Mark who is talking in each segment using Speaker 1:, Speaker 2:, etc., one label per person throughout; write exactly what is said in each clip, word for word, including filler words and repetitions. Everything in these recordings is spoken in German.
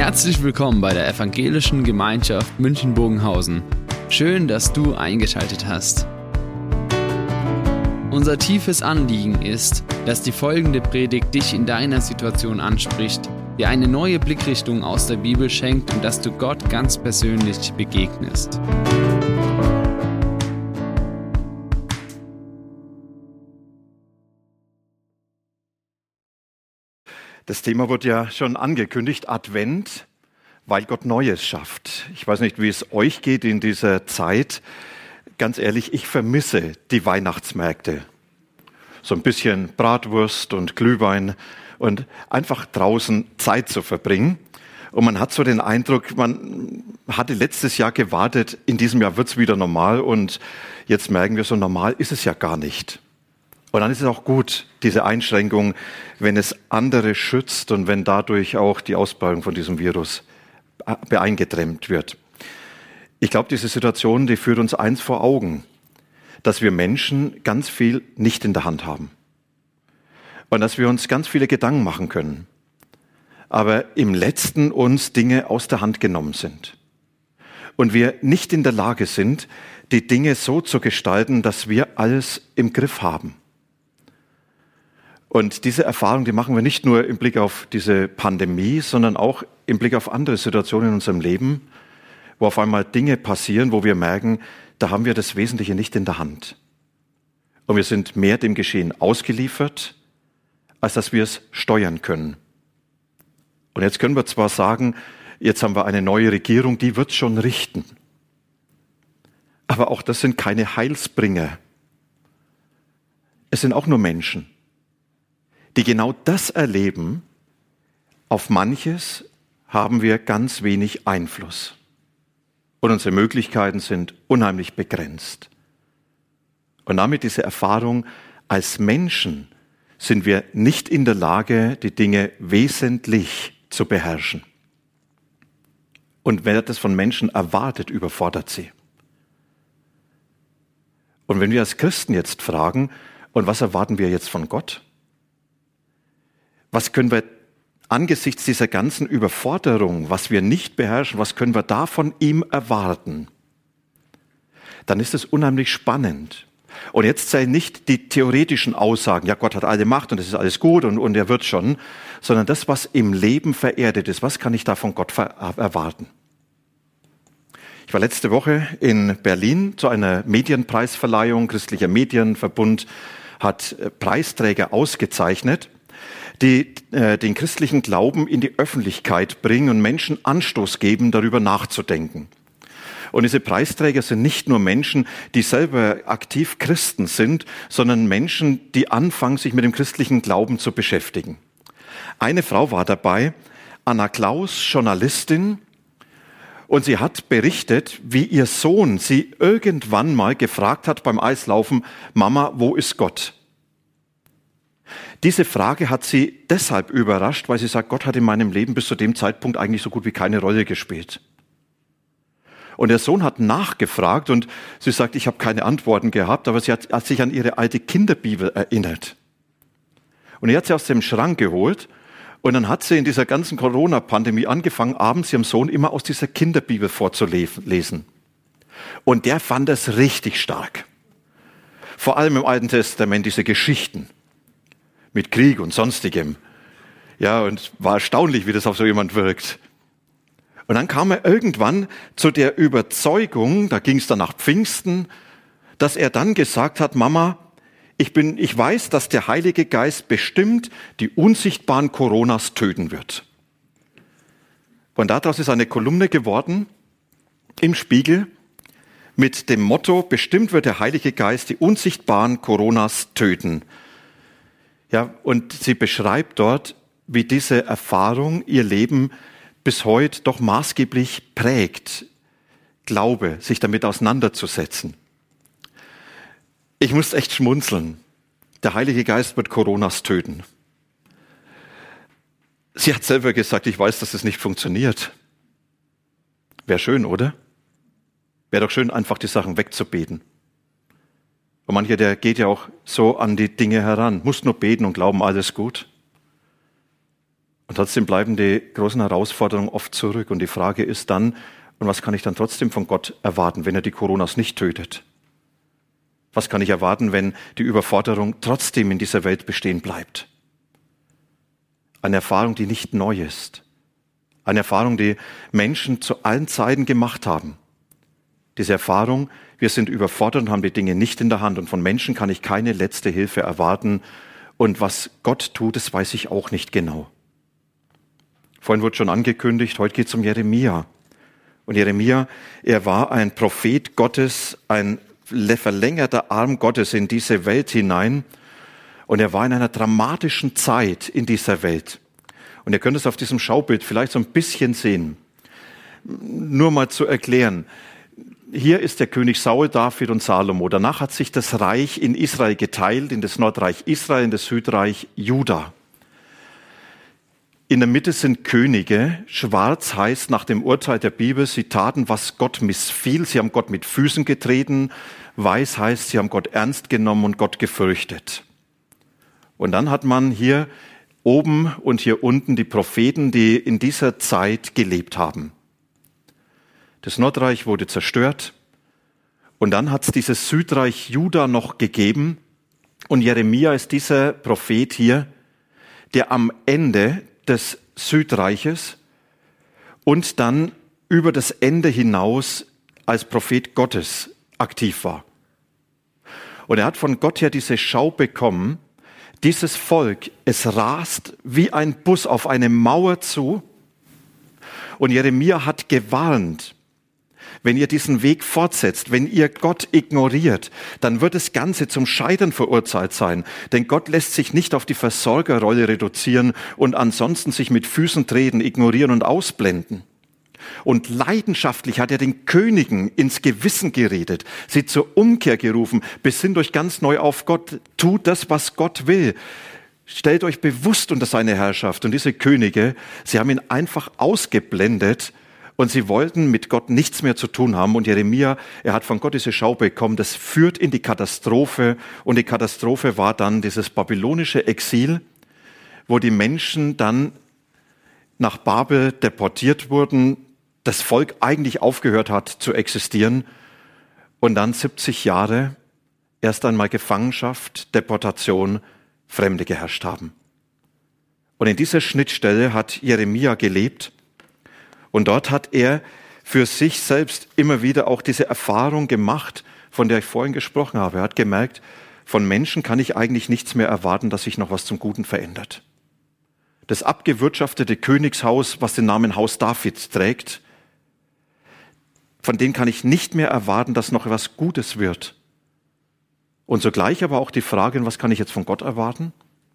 Speaker 1: Herzlich willkommen bei der Evangelischen Gemeinschaft München-Bogenhausen. Schön, dass du eingeschaltet hast. Unser tiefes Anliegen ist, dass die folgende Predigt dich in deiner Situation anspricht, dir eine neue Blickrichtung aus der Bibel schenkt und dass du Gott ganz persönlich begegnest.
Speaker 2: Das Thema wird ja schon angekündigt, Advent, weil Gott Neues schafft. Ich weiß nicht, wie es euch geht in dieser Zeit. Ganz ehrlich, ich vermisse die Weihnachtsmärkte. So ein bisschen Bratwurst und Glühwein und einfach draußen Zeit zu verbringen. Und man hat so den Eindruck, man hatte letztes Jahr gewartet, in diesem Jahr wird es wieder normal und jetzt merken wir, so normal ist es ja gar nicht. Und dann ist es auch gut, diese Einschränkung, wenn es andere schützt und wenn dadurch auch die Ausbreitung von diesem Virus beeingedämmt wird. Ich glaube, diese Situation, die führt uns eins vor Augen, dass wir Menschen ganz viel nicht in der Hand haben. Und dass wir uns ganz viele Gedanken machen können. Aber im Letzten uns Dinge aus der Hand genommen sind. Und wir nicht in der Lage sind, die Dinge so zu gestalten, dass wir alles im Griff haben. Und diese Erfahrung, die machen wir nicht nur im Blick auf diese Pandemie, sondern auch im Blick auf andere Situationen in unserem Leben, wo auf einmal Dinge passieren, wo wir merken, da haben wir das Wesentliche nicht in der Hand. Und wir sind mehr dem Geschehen ausgeliefert, als dass wir es steuern können. Und jetzt können wir zwar sagen, jetzt haben wir eine neue Regierung, die wird schon richten. Aber auch das sind keine Heilsbringer. Es sind auch nur Menschen, die genau das erleben. Auf manches haben wir ganz wenig Einfluss. Und unsere Möglichkeiten sind unheimlich begrenzt. Und damit diese Erfahrung, als Menschen sind wir nicht in der Lage, die Dinge wesentlich zu beherrschen. Und wer das von Menschen erwartet, überfordert sie. Und wenn wir als Christen jetzt fragen, und was erwarten wir jetzt von Gott? Was können wir angesichts dieser ganzen Überforderung, was wir nicht beherrschen, was können wir da von ihm erwarten? Dann ist es unheimlich spannend. Und jetzt sei nicht die theoretischen Aussagen, ja, Gott hat alle Macht und es ist alles gut und, und er wird schon, sondern das, was im Leben vererdet ist, was kann ich da von Gott ver- erwarten? Ich war letzte Woche in Berlin zu einer Medienpreisverleihung. Christlicher Medienverbund hat Preisträger ausgezeichnet, die äh, den christlichen Glauben in die Öffentlichkeit bringen und Menschen Anstoß geben, darüber nachzudenken. Und diese Preisträger sind nicht nur Menschen, die selber aktiv Christen sind, sondern Menschen, die anfangen, sich mit dem christlichen Glauben zu beschäftigen. Eine Frau war dabei, Anna Klaus, Journalistin, und sie hat berichtet, wie ihr Sohn sie irgendwann mal gefragt hat beim Eislaufen, Mama, wo ist Gott? Diese Frage hat sie deshalb überrascht, weil sie sagt, Gott hat in meinem Leben bis zu dem Zeitpunkt eigentlich so gut wie keine Rolle gespielt. Und der Sohn hat nachgefragt und sie sagt, ich habe keine Antworten gehabt, aber sie hat, hat sich an ihre alte Kinderbibel erinnert. Und er hat sie aus dem Schrank geholt und dann hat sie in dieser ganzen Corona-Pandemie angefangen, abends ihrem Sohn immer aus dieser Kinderbibel vorzulesen. Und der fand das richtig stark. Vor allem im Alten Testament diese Geschichten mit Krieg und Sonstigem. Ja, und war erstaunlich, wie das auf so jemand wirkt. Und dann kam er irgendwann zu der Überzeugung, da ging es dann nach Pfingsten, dass er dann gesagt hat, Mama, ich bin, ich weiß, dass der Heilige Geist bestimmt die unsichtbaren Coronas töten wird. Und daraus ist eine Kolumne geworden im Spiegel mit dem Motto, bestimmt wird der Heilige Geist die unsichtbaren Coronas töten. Ja, und sie beschreibt dort, wie diese Erfahrung ihr Leben bis heute doch maßgeblich prägt. Glaube, sich damit auseinanderzusetzen. Ich muss echt schmunzeln. Der Heilige Geist wird Coronas töten. Sie hat selber gesagt, ich weiß, dass es nicht funktioniert. Wäre schön, oder? Wäre doch schön, einfach die Sachen wegzubeten. Und mancher, der geht ja auch so an die Dinge heran, muss nur beten und glauben, alles gut. Und trotzdem bleiben die großen Herausforderungen oft zurück. Und die Frage ist dann, und was kann ich dann trotzdem von Gott erwarten, wenn er die Coronas nicht tötet? Was kann ich erwarten, wenn die Überforderung trotzdem in dieser Welt bestehen bleibt? Eine Erfahrung, die nicht neu ist. Eine Erfahrung, die Menschen zu allen Zeiten gemacht haben. Diese Erfahrung, wir sind überfordert und haben die Dinge nicht in der Hand. Und von Menschen kann ich keine letzte Hilfe erwarten. Und was Gott tut, das weiß ich auch nicht genau. Vorhin wurde schon angekündigt, heute geht es um Jeremia. Und Jeremia, er war ein Prophet Gottes, ein verlängerter Arm Gottes in diese Welt hinein. Und er war in einer dramatischen Zeit in dieser Welt. Und ihr könnt es auf diesem Schaubild vielleicht so ein bisschen sehen. Nur mal zu erklären. Hier ist der König Saul, David und Salomo. Danach hat sich das Reich in Israel geteilt, in das Nordreich Israel, in das Südreich Juda. In der Mitte sind Könige. Schwarz heißt nach dem Urteil der Bibel, sie taten, was Gott missfiel. Sie haben Gott mit Füßen getreten. Weiß heißt, sie haben Gott ernst genommen und Gott gefürchtet. Und dann hat man hier oben und hier unten die Propheten, die in dieser Zeit gelebt haben. Das Nordreich wurde zerstört und dann hat es dieses Südreich Juda noch gegeben. Und Jeremia ist dieser Prophet hier, der am Ende des Südreiches und dann über das Ende hinaus als Prophet Gottes aktiv war. Und er hat von Gott her diese Schau bekommen, dieses Volk, es rast wie ein Bus auf eine Mauer zu. Und Jeremia hat gewarnt, wenn ihr diesen Weg fortsetzt, wenn ihr Gott ignoriert, dann wird das Ganze zum Scheitern verurteilt sein. Denn Gott lässt sich nicht auf die Versorgerrolle reduzieren und ansonsten sich mit Füßen treten, ignorieren und ausblenden. Und leidenschaftlich hat er den Königen ins Gewissen geredet, sie zur Umkehr gerufen, besinnt euch ganz neu auf Gott, tut das, was Gott will. Stellt euch bewusst unter seine Herrschaft. Und diese Könige, sie haben ihn einfach ausgeblendet, und sie wollten mit Gott nichts mehr zu tun haben. Und Jeremia, er hat von Gott diese Schau bekommen, das führt in die Katastrophe. Und die Katastrophe war dann dieses babylonische Exil, wo die Menschen dann nach Babel deportiert wurden, das Volk eigentlich aufgehört hat zu existieren. Und dann siebzig Jahre erst einmal Gefangenschaft, Deportation, Fremde geherrscht haben. Und in dieser Schnittstelle hat Jeremia gelebt. Und dort hat er für sich selbst immer wieder auch diese Erfahrung gemacht, von der ich vorhin gesprochen habe. Er hat gemerkt, von Menschen kann ich eigentlich nichts mehr erwarten, dass sich noch was zum Guten verändert. Das abgewirtschaftete Königshaus, was den Namen Haus David trägt, von denen kann ich nicht mehr erwarten, dass noch was Gutes wird. Und sogleich aber auch die Frage, was kann ich jetzt von Gott erwarten?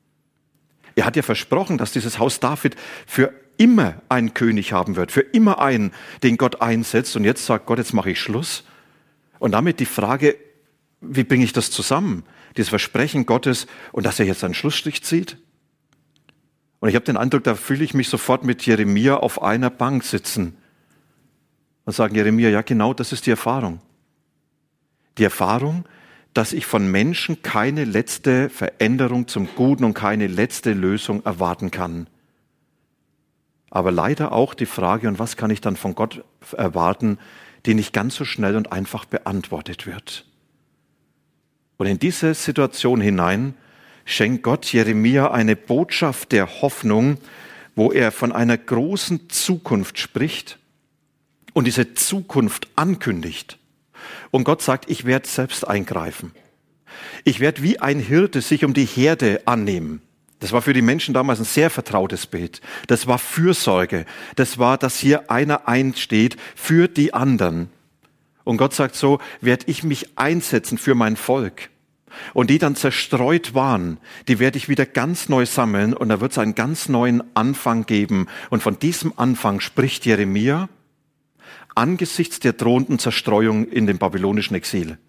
Speaker 2: Er hat ja versprochen, dass dieses Haus David für immer einen König haben wird, für immer einen, den Gott einsetzt. Und jetzt sagt Gott, jetzt mache ich Schluss. Und damit die Frage, wie bringe ich das zusammen? Dieses Versprechen Gottes und dass er jetzt einen Schlussstrich zieht. Und ich habe den Eindruck, da fühle ich mich sofort mit Jeremia auf einer Bank sitzen und sagen, Jeremia, ja genau, das ist die Erfahrung. Die Erfahrung, dass ich von Menschen keine letzte Veränderung zum Guten und keine letzte Lösung erwarten kann. Aber leider auch die Frage, und was kann ich dann von Gott erwarten, die nicht ganz so schnell und einfach beantwortet wird. Und in diese Situation hinein schenkt Gott Jeremia eine Botschaft der Hoffnung, wo er von einer großen Zukunft spricht und diese Zukunft ankündigt. Und Gott sagt, ich werde selbst eingreifen. Ich werde wie ein Hirte sich um die Herde annehmen. Das war für die Menschen damals ein sehr vertrautes Bild. Das war Fürsorge. Das war, dass hier einer einsteht für die anderen. Und Gott sagt so, werde ich mich einsetzen für mein Volk. Und die dann zerstreut waren, die werde ich wieder ganz neu sammeln und da wird es einen ganz neuen Anfang geben. Und von diesem Anfang spricht Jeremia angesichts der drohenden Zerstreuung in dem babylonischen Exil.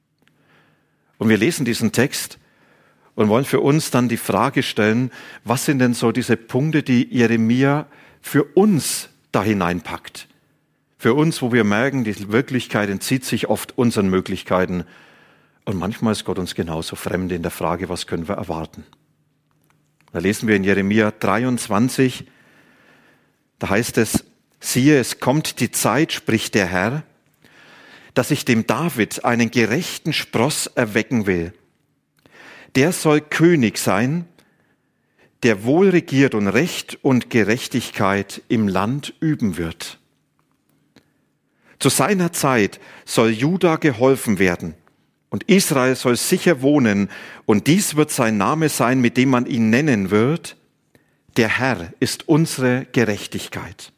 Speaker 2: Und wir lesen diesen Text und wollen für uns dann die Frage stellen, was sind denn so diese Punkte, die Jeremia für uns da hineinpackt? Für uns, wo wir merken, die Wirklichkeit entzieht sich oft unseren Möglichkeiten. Und manchmal ist Gott uns genauso fremd in der Frage, was können wir erwarten? Da lesen wir in Jeremia dreiundzwanzig, Da heißt es, siehe, es kommt die Zeit, spricht der Herr, dass ich dem David einen gerechten Spross erwecken will. Der soll König sein, der wohl regiert und Recht und Gerechtigkeit im Land üben wird. Zu seiner Zeit soll Juda geholfen werden und Israel soll sicher wohnen, und dies wird sein Name sein, mit dem man ihn nennen wird: Der Herr ist unsere Gerechtigkeit.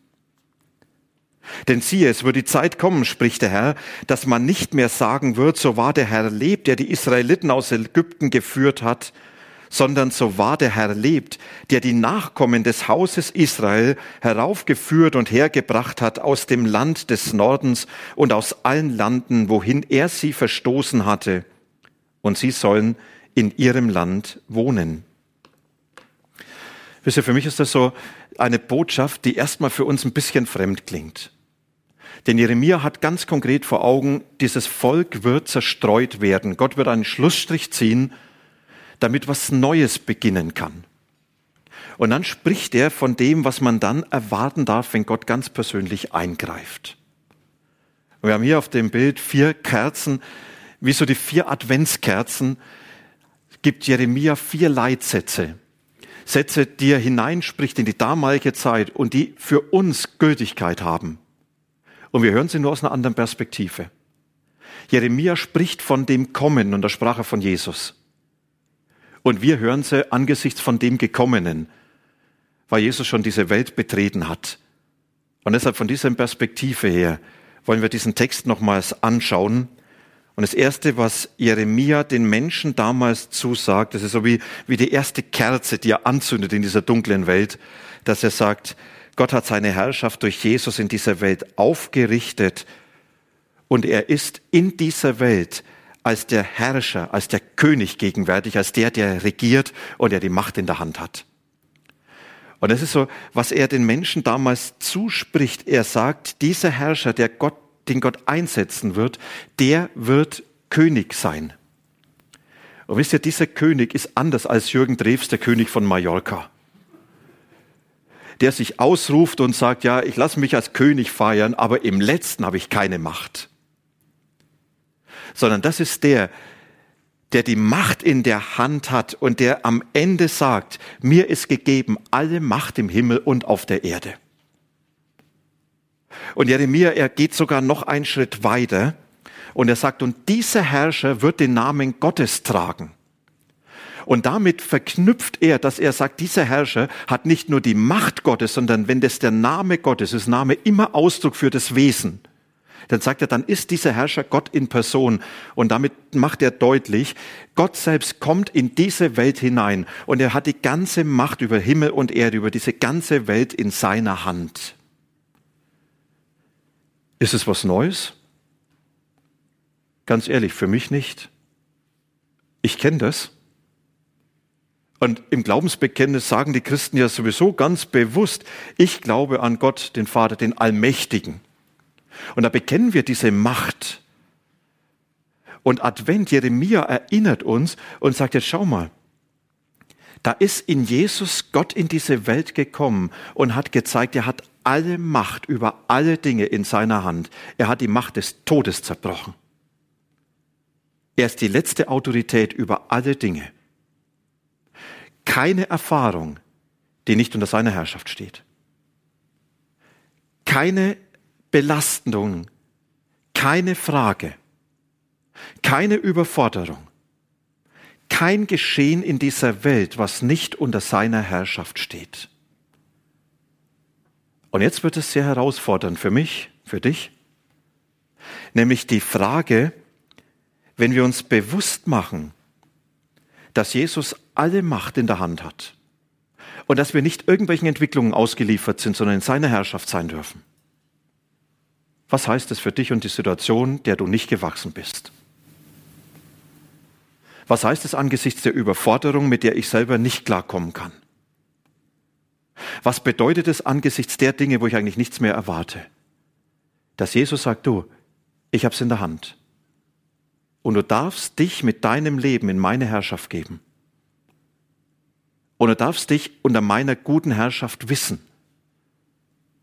Speaker 2: Denn siehe, es wird die Zeit kommen, spricht der Herr, dass man nicht mehr sagen wird, so wahr der Herr lebt, der die Israeliten aus Ägypten geführt hat, sondern so wahr der Herr lebt, der die Nachkommen des Hauses Israel heraufgeführt und hergebracht hat aus dem Land des Nordens und aus allen Landen, wohin er sie verstoßen hatte, und sie sollen in ihrem Land wohnen. Wisst ihr, für mich ist das so eine Botschaft, die erstmal für uns ein bisschen fremd klingt. Denn Jeremia hat ganz konkret vor Augen, dieses Volk wird zerstreut werden. Gott wird einen Schlussstrich ziehen, damit was Neues beginnen kann. Und dann spricht er von dem, was man dann erwarten darf, wenn Gott ganz persönlich eingreift. Wir haben hier auf dem Bild vier Kerzen, wie so die vier Adventskerzen, gibt Jeremia vier Leitsätze. Sätze, die er hineinspricht in die damalige Zeit und die für uns Gültigkeit haben. Und wir hören sie nur aus einer anderen Perspektive. Jeremia spricht von dem Kommen, und da sprach er von Jesus. Und wir hören sie angesichts von dem Gekommenen, weil Jesus schon diese Welt betreten hat. Und deshalb von dieser Perspektive her wollen wir diesen Text nochmals anschauen. Und das Erste, was Jeremia den Menschen damals zusagt, das ist so wie, wie die erste Kerze, die er anzündet in dieser dunklen Welt, dass er sagt, Gott hat seine Herrschaft durch Jesus in dieser Welt aufgerichtet und er ist in dieser Welt als der Herrscher, als der König gegenwärtig, als der, der regiert und der die Macht in der Hand hat. Und das ist so, was er den Menschen damals zuspricht. Er sagt, dieser Herrscher, der Gott, den Gott einsetzen wird, der wird König sein. Und wisst ihr, dieser König ist anders als Jürgen Drews, der König von Mallorca, der sich ausruft und sagt, ja, ich lasse mich als König feiern, aber im Letzten habe ich keine Macht. Sondern das ist der, der die Macht in der Hand hat und der am Ende sagt, mir ist gegeben alle Macht im Himmel und auf der Erde. Und Jeremia, er geht sogar noch einen Schritt weiter und er sagt, und dieser Herrscher wird den Namen Gottes tragen. Und damit verknüpft er, dass er sagt, dieser Herrscher hat nicht nur die Macht Gottes, sondern wenn das der Name Gottes ist, Name immer Ausdruck für das Wesen, dann sagt er, dann ist dieser Herrscher Gott in Person. Und damit macht er deutlich, Gott selbst kommt in diese Welt hinein und er hat die ganze Macht über Himmel und Erde, über diese ganze Welt in seiner Hand. Ist es was Neues? Ganz ehrlich, für mich nicht. Ich kenne das. Und im Glaubensbekenntnis sagen die Christen ja sowieso ganz bewusst, ich glaube an Gott, den Vater, den Allmächtigen. Und da bekennen wir diese Macht. Und Advent, Jeremia erinnert uns und sagt jetzt, schau mal, da ist in Jesus Gott in diese Welt gekommen und hat gezeigt, er hat alle Macht über alle Dinge in seiner Hand. Er hat die Macht des Todes zerbrochen. Er ist die letzte Autorität über alle Dinge. Keine Erfahrung, die nicht unter seiner Herrschaft steht. Keine Belastung, keine Frage, keine Überforderung, kein Geschehen in dieser Welt, was nicht unter seiner Herrschaft steht. Und jetzt wird es sehr herausfordernd für mich, für dich, nämlich die Frage, wenn wir uns bewusst machen, dass Jesus alle Macht in der Hand hat und dass wir nicht irgendwelchen Entwicklungen ausgeliefert sind, sondern in seiner Herrschaft sein dürfen. Was heißt das für dich und die Situation, der du nicht gewachsen bist? Was heißt es angesichts der Überforderung, mit der ich selber nicht klarkommen kann? Was bedeutet es angesichts der Dinge, wo ich eigentlich nichts mehr erwarte? Dass Jesus sagt, du, ich hab's in der Hand. Und du darfst dich mit deinem Leben in meine Herrschaft geben. Und du darfst dich unter meiner guten Herrschaft wissen.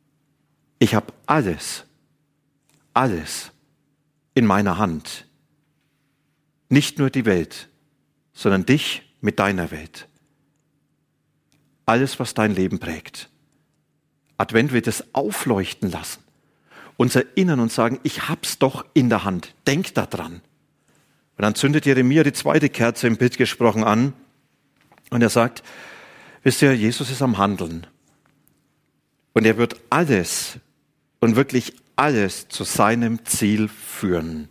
Speaker 2: ich habe alles, alles in meiner Hand. Nicht nur die Welt, sondern dich mit deiner Welt. Alles, was dein Leben prägt. Advent wird es aufleuchten lassen, uns erinnern und sagen, ich hab's doch in der Hand, denk daran. Und dann zündet Jeremia die zweite Kerze im Bild gesprochen an und er sagt, wisst ihr, Jesus ist am Handeln und er wird alles und wirklich alles zu seinem Ziel führen.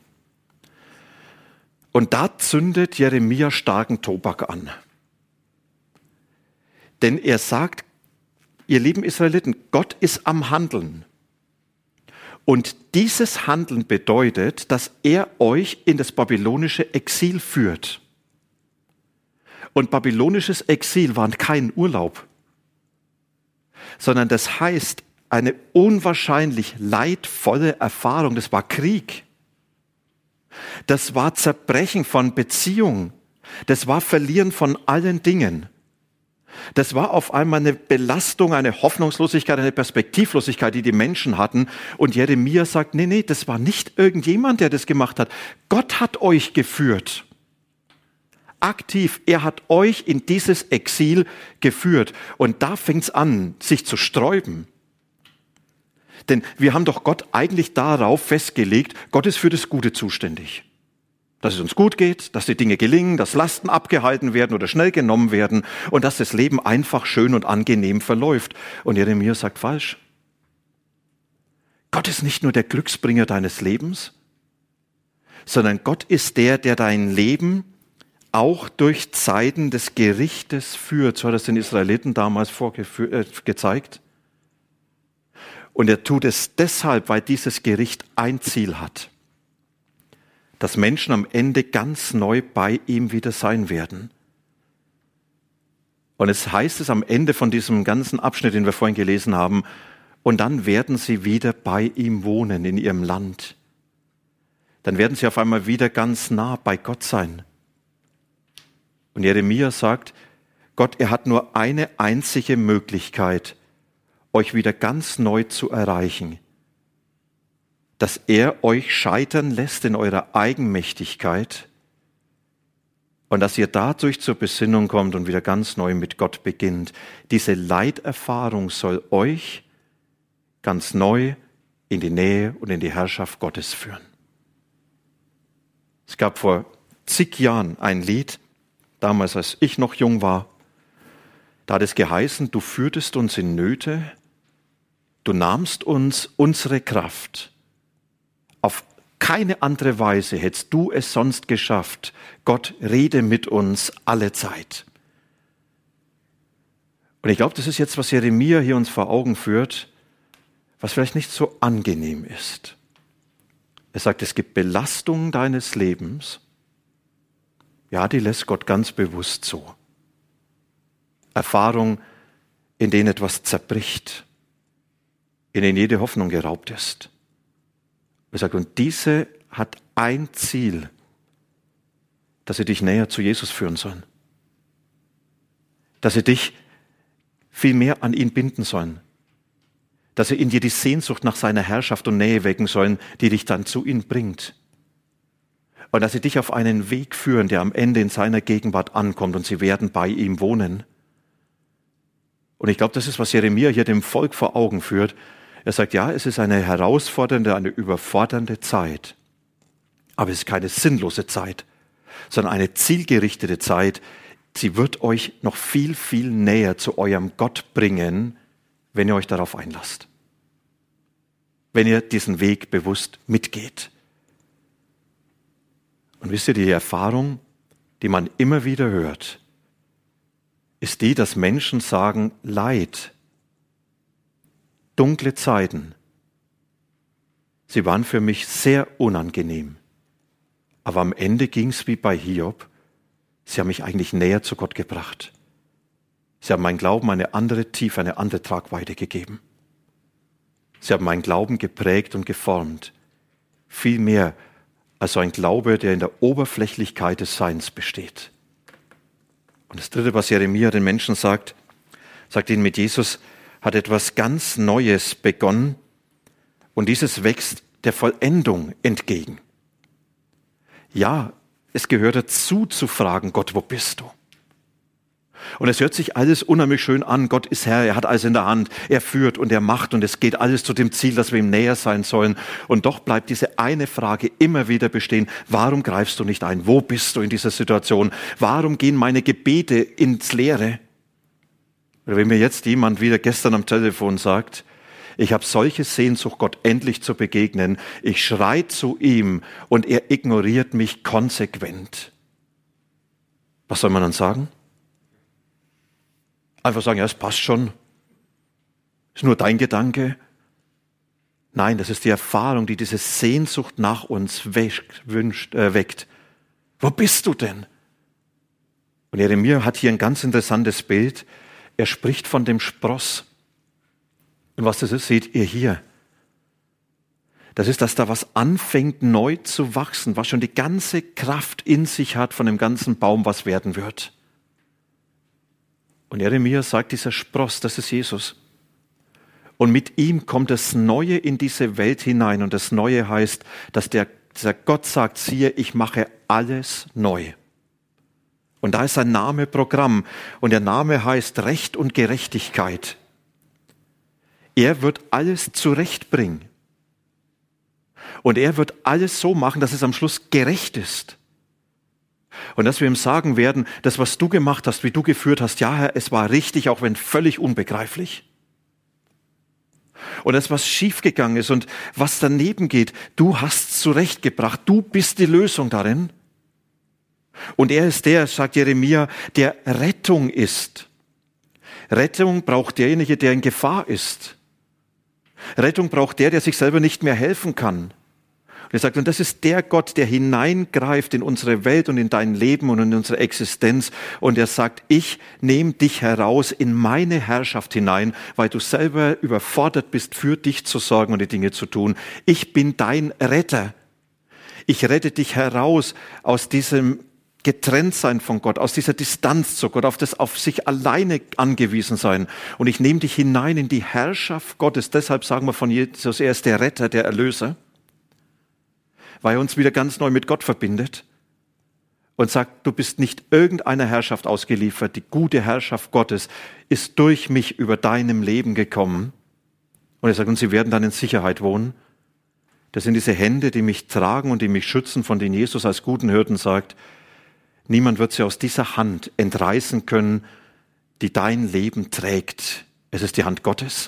Speaker 2: Und da zündet Jeremia starken Tobak an. Denn er sagt, ihr lieben Israeliten, Gott ist am Handeln. Und dieses Handeln bedeutet, dass er euch in das babylonische Exil führt. Und babylonisches Exil war kein Urlaub, sondern das heißt eine unwahrscheinlich leidvolle Erfahrung. Das war Krieg. Das war Zerbrechen von Beziehungen. Das war Verlieren von allen Dingen. Das war auf einmal eine Belastung, eine Hoffnungslosigkeit, eine Perspektivlosigkeit, die die Menschen hatten. Und Jeremia sagt, nee, nee, das war nicht irgendjemand, der das gemacht hat. Gott hat euch geführt. Aktiv, er hat euch in dieses Exil geführt. Und da fängt es an, sich zu sträuben. Denn wir haben doch Gott eigentlich darauf festgelegt, Gott ist für das Gute zuständig. Dass es uns gut geht, dass die Dinge gelingen, dass Lasten abgehalten werden oder schnell genommen werden und dass das Leben einfach schön und angenehm verläuft. Und Jeremia sagt falsch. Gott ist nicht nur der Glücksbringer deines Lebens, sondern Gott ist der, der dein Leben auch durch Zeiten des Gerichtes führt. So hat es den Israeliten damals vorgefü- äh, gezeigt. Und er tut es deshalb, weil dieses Gericht ein Ziel hat. Dass Menschen am Ende ganz neu bei ihm wieder sein werden. Und es heißt es am Ende von diesem ganzen Abschnitt, den wir vorhin gelesen haben, und dann werden sie wieder bei ihm wohnen in ihrem Land. Dann werden sie auf einmal wieder ganz nah bei Gott sein. Und Jeremia sagt, Gott, er hat nur eine einzige Möglichkeit, euch wieder ganz neu zu erreichen. Dass er euch scheitern lässt in eurer Eigenmächtigkeit und dass ihr dadurch zur Besinnung kommt und wieder ganz neu mit Gott beginnt. Diese Leiterfahrung soll euch ganz neu in die Nähe und in die Herrschaft Gottes führen. Es gab vor zig Jahren ein Lied, damals als ich noch jung war, da hat es geheißen, du führtest uns in Nöte, du nahmst uns unsere Kraft. Auf keine andere Weise hättest du es sonst geschafft. Gott, rede mit uns alle Zeit. Und ich glaube, das ist jetzt, was Jeremia hier uns vor Augen führt, was vielleicht nicht so angenehm ist. Er sagt, es gibt Belastungen deines Lebens. Ja, die lässt Gott ganz bewusst zu. Erfahrungen, in denen etwas zerbricht, in denen jede Hoffnung geraubt ist. Er sagt, und diese hat ein Ziel, dass sie dich näher zu Jesus führen sollen. Dass sie dich viel mehr an ihn binden sollen. Dass sie in dir die Sehnsucht nach seiner Herrschaft und Nähe wecken sollen, die dich dann zu ihm bringt. Und dass sie dich auf einen Weg führen, der am Ende in seiner Gegenwart ankommt und sie werden bei ihm wohnen. Und ich glaube, das ist, was Jeremia hier dem Volk vor Augen führt. Er sagt, ja, es ist eine herausfordernde, eine überfordernde Zeit. Aber es ist keine sinnlose Zeit, sondern eine zielgerichtete Zeit. Sie wird euch noch viel, viel näher zu eurem Gott bringen, wenn ihr euch darauf einlasst. Wenn ihr diesen Weg bewusst mitgeht. Und wisst ihr, die Erfahrung, die man immer wieder hört, ist die, dass Menschen sagen, Leid, dunkle Zeiten, sie waren für mich sehr unangenehm. Aber am Ende ging es wie bei Hiob. Sie haben mich eigentlich näher zu Gott gebracht. Sie haben meinen Glauben eine andere Tiefe, eine andere Tragweite gegeben. Sie haben meinen Glauben geprägt und geformt. Viel mehr als so ein Glaube, der in der Oberflächlichkeit des Seins besteht. Und das Dritte, was Jeremia den Menschen sagt, sagt ihnen, mit Jesus hat etwas ganz Neues begonnen Und dieses wächst der Vollendung entgegen. Ja, es gehört dazu zu fragen, Gott, wo bist du? Und es hört sich alles unheimlich schön an. Gott ist Herr, er hat alles in der Hand. Er führt und er macht und es geht alles zu dem Ziel, dass wir ihm näher sein sollen. Und doch bleibt diese eine Frage immer wieder bestehen. Warum greifst du nicht ein? Wo bist du in dieser Situation? Warum gehen meine Gebete ins Leere? Oder wenn mir jetzt jemand wieder gestern am Telefon sagt, ich habe solche Sehnsucht, Gott endlich zu begegnen. Ich schreie zu ihm und er ignoriert mich konsequent. Was soll man dann sagen? Einfach sagen, ja, es passt schon. Ist nur dein Gedanke. Nein, das ist die Erfahrung, die diese Sehnsucht nach uns weckt. Wünscht, äh, weckt. Wo bist du denn? Und Jeremia hat hier ein ganz interessantes Bild. Er spricht von dem Spross. Und was das ist, seht ihr hier. Das ist, dass da was anfängt neu zu wachsen, was schon die ganze Kraft in sich hat von dem ganzen Baum, was werden wird. Und Jeremia sagt, dieser Spross, das ist Jesus. Und mit ihm kommt das Neue in diese Welt hinein. Und das Neue heißt, dass der, der Gott sagt, siehe, ich mache alles neu. Und da ist sein Name Programm. Und der Name heißt Recht und Gerechtigkeit. Er wird alles zurechtbringen. Und er wird alles so machen, dass es am Schluss gerecht ist. Und dass wir ihm sagen werden, das, was du gemacht hast, wie du geführt hast, ja, Herr, es war richtig, auch wenn völlig unbegreiflich. Und das, was schiefgegangen ist und was daneben geht, du hast es zurechtgebracht, du bist die Lösung darin. Und er ist der, sagt Jeremia, der Rettung ist. Rettung braucht derjenige, der in Gefahr ist. Rettung braucht der, der sich selber nicht mehr helfen kann. Und er sagt, und das ist der Gott, der hineingreift in unsere Welt und in dein Leben und in unsere Existenz. Und er sagt, ich nehme dich heraus in meine Herrschaft hinein, weil du selber überfordert bist, für dich zu sorgen und die Dinge zu tun. Ich bin dein Retter. Ich rette dich heraus aus diesem Getrenntsein von Gott, aus dieser Distanz zu Gott, auf das auf sich alleine angewiesen sein. Und ich nehme dich hinein in die Herrschaft Gottes. Deshalb sagen wir von Jesus, er ist der Retter, der Erlöser. Weil er uns wieder ganz neu mit Gott verbindet und sagt, du bist nicht irgendeiner Herrschaft ausgeliefert. Die gute Herrschaft Gottes ist durch mich über deinem Leben gekommen. Und er sagt, und sie werden dann in Sicherheit wohnen. Das sind diese Hände, die mich tragen und die mich schützen, von denen Jesus als guten Hirten sagt, niemand wird sie aus dieser Hand entreißen können, die dein Leben trägt. Es ist die Hand Gottes.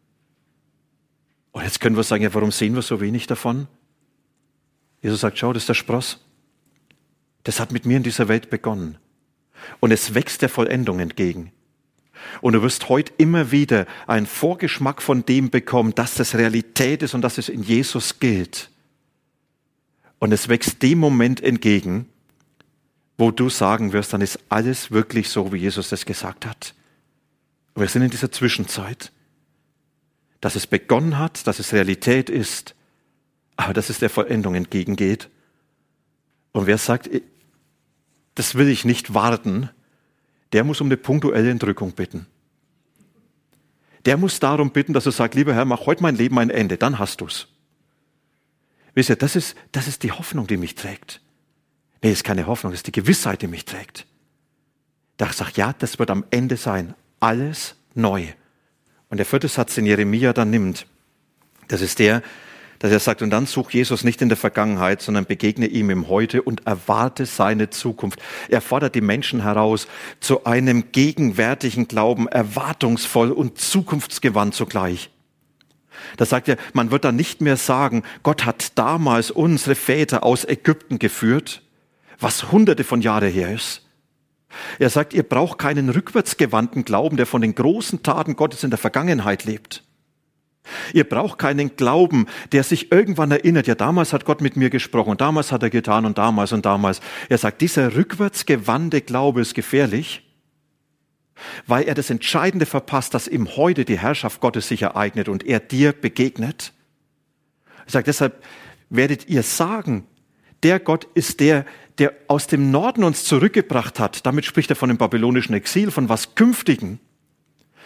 Speaker 2: Und jetzt können wir sagen, ja, warum sehen wir so wenig davon? Jesus sagt, schau, das ist der Spross. Das hat mit mir in dieser Welt begonnen. Und es wächst der Vollendung entgegen. Und du wirst heute immer wieder einen Vorgeschmack von dem bekommen, dass das Realität ist und dass es in Jesus gilt. Und es wächst dem Moment entgegen, wo du sagen wirst, dann ist alles wirklich so, wie Jesus es gesagt hat. Und wir sind in dieser Zwischenzeit, dass es begonnen hat, dass es Realität ist, aber dass es der Vollendung entgegengeht. Und wer sagt, das will ich nicht warten, der muss um eine punktuelle Entrückung bitten. Der muss darum bitten, dass er sagt, lieber Herr, mach heute mein Leben ein Ende, dann hast du's. Wisst ihr, das ist, das ist die Hoffnung, die mich trägt. Nee, das ist keine Hoffnung, das ist die Gewissheit, die mich trägt. Da ich sage, ja, das wird am Ende sein. Alles neu. Und der vierte Satz, den Jeremia dann nimmt, das ist der, dass er sagt, und dann such Jesus nicht in der Vergangenheit, sondern begegne ihm im Heute und erwarte seine Zukunft. Er fordert die Menschen heraus zu einem gegenwärtigen Glauben, erwartungsvoll und zukunftsgewandt zugleich. Da sagt er, man wird dann nicht mehr sagen, Gott hat damals unsere Väter aus Ägypten geführt, was hunderte von Jahren her ist. Er sagt, ihr braucht keinen rückwärtsgewandten Glauben, der von den großen Taten Gottes in der Vergangenheit lebt. Ihr braucht keinen Glauben, der sich irgendwann erinnert, ja, damals hat Gott mit mir gesprochen, und damals hat er getan und damals und damals. Er sagt, dieser rückwärtsgewandte Glaube ist gefährlich, weil er das Entscheidende verpasst, dass ihm heute die Herrschaft Gottes sich ereignet und er dir begegnet. Er sagt, deshalb werdet ihr sagen, der Gott ist der, der aus dem Norden uns zurückgebracht hat. Damit spricht er von dem babylonischen Exil, von was Künftigen.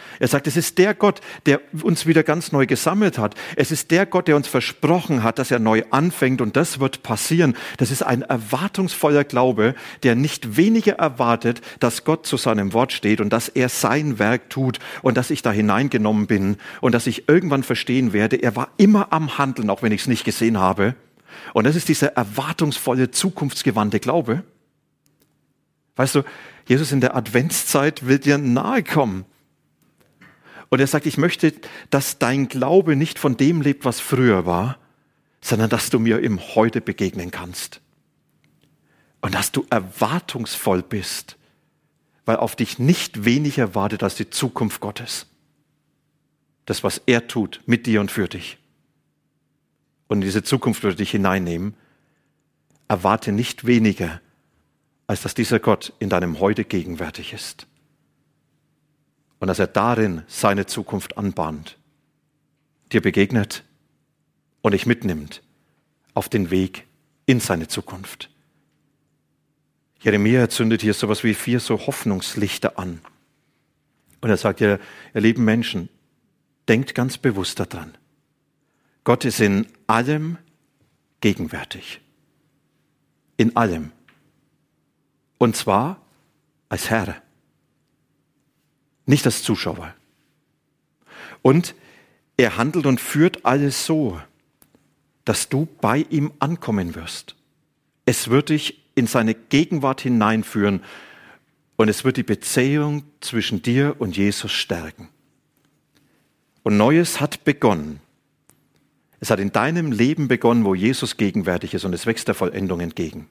Speaker 2: Er sagt, es ist der Gott, der uns wieder ganz neu gesammelt hat. Es ist der Gott, der uns versprochen hat, dass er neu anfängt und das wird passieren. Das ist ein erwartungsvoller Glaube, der nicht weniger erwartet, dass Gott zu seinem Wort steht und dass er sein Werk tut und dass ich da hineingenommen bin und dass ich irgendwann verstehen werde, er war immer am Handeln, auch wenn ich es nicht gesehen habe. Und das ist dieser erwartungsvolle, zukunftsgewandte Glaube. Weißt du, Jesus in der Adventszeit will dir nahe kommen. Und er sagt, ich möchte, dass dein Glaube nicht von dem lebt, was früher war, sondern dass du mir im Heute begegnen kannst. Und dass du erwartungsvoll bist, weil auf dich nicht weniger wartet als die Zukunft Gottes. Das, was er tut, mit dir und für dich. Und in diese Zukunft würde dich hineinnehmen. Erwarte nicht weniger, als dass dieser Gott in deinem Heute gegenwärtig ist. Und dass er darin seine Zukunft anbahnt, dir begegnet und dich mitnimmt auf den Weg in seine Zukunft. Jeremia zündet hier sowas wie vier so Hoffnungslichter an. Und er sagt, ihr, ihr lieben Menschen, denkt ganz bewusst daran. Gott ist in allem gegenwärtig. In allem. Und zwar als Herr. Nicht als Zuschauer. Und er handelt und führt alles so, dass du bei ihm ankommen wirst. Es wird dich in seine Gegenwart hineinführen und es wird die Beziehung zwischen dir und Jesus stärken. Und Neues hat begonnen. Es hat in deinem Leben begonnen, wo Jesus gegenwärtig ist und es wächst der Vollendung entgegen.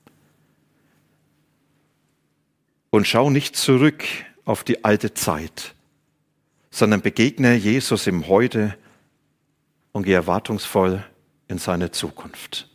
Speaker 2: Und schau nicht zurück auf die alte Zeit, sondern begegne Jesus im Heute und geh erwartungsvoll in seine Zukunft.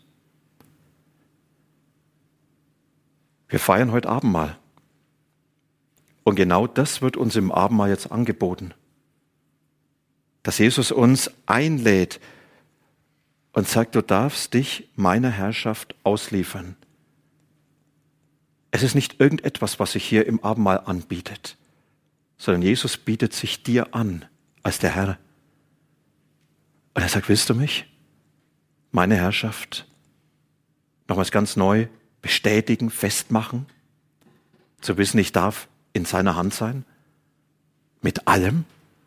Speaker 2: Wir feiern heute Abendmahl. Und genau das wird uns im Abendmahl jetzt angeboten. Dass Jesus uns einlädt und sagt, du darfst dich meiner Herrschaft ausliefern. Es ist nicht irgendetwas, was sich hier im Abendmahl anbietet, sondern Jesus bietet sich dir an als der Herr. Und er sagt, willst du mich? Meine Herrschaft nochmals ganz neu bestätigen, festmachen, zu wissen, ich darf in seiner Hand sein, mit allem.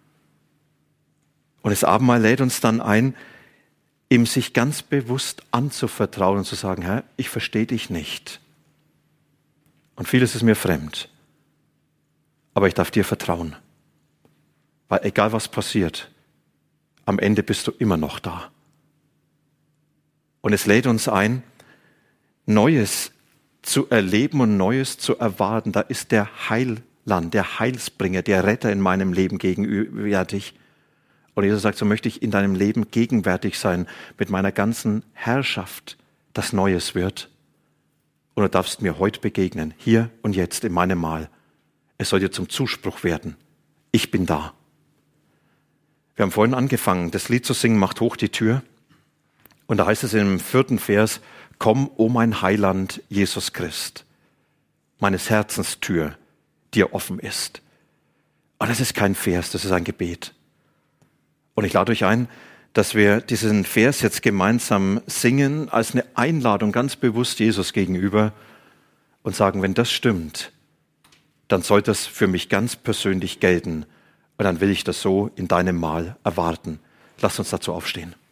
Speaker 2: Und das Abendmahl lädt uns dann ein, ihm sich ganz bewusst anzuvertrauen und zu sagen, Herr, ich verstehe dich nicht. Und vieles ist mir fremd. Aber ich darf dir vertrauen. Weil egal was passiert, am Ende bist du immer noch da. Und es lädt uns ein, Neues zu erleben und Neues zu erwarten. Da ist der Heiland, der Heilsbringer, der Retter in meinem Leben gegenwärtig. Und Jesus sagt, so möchte ich in deinem Leben gegenwärtig sein mit meiner ganzen Herrschaft, dass Neues wird. Und du darfst mir heute begegnen, hier und jetzt in meinem Mahl. Es soll dir zum Zuspruch werden. Ich bin da. Wir haben vorhin angefangen, das Lied zu singen, macht hoch die Tür. Und da heißt es im vierten Vers, komm, o mein Heiland, Jesus Christ, meines Herzens Tür, dir offen ist. Aber das ist kein Vers, das ist ein Gebet. Und ich lade euch ein, dass wir diesen Vers jetzt gemeinsam singen als eine Einladung ganz bewusst Jesus gegenüber und sagen, wenn das stimmt, dann soll das für mich ganz persönlich gelten und dann will ich das so in deinem Mahl erwarten. Lasst uns dazu aufstehen.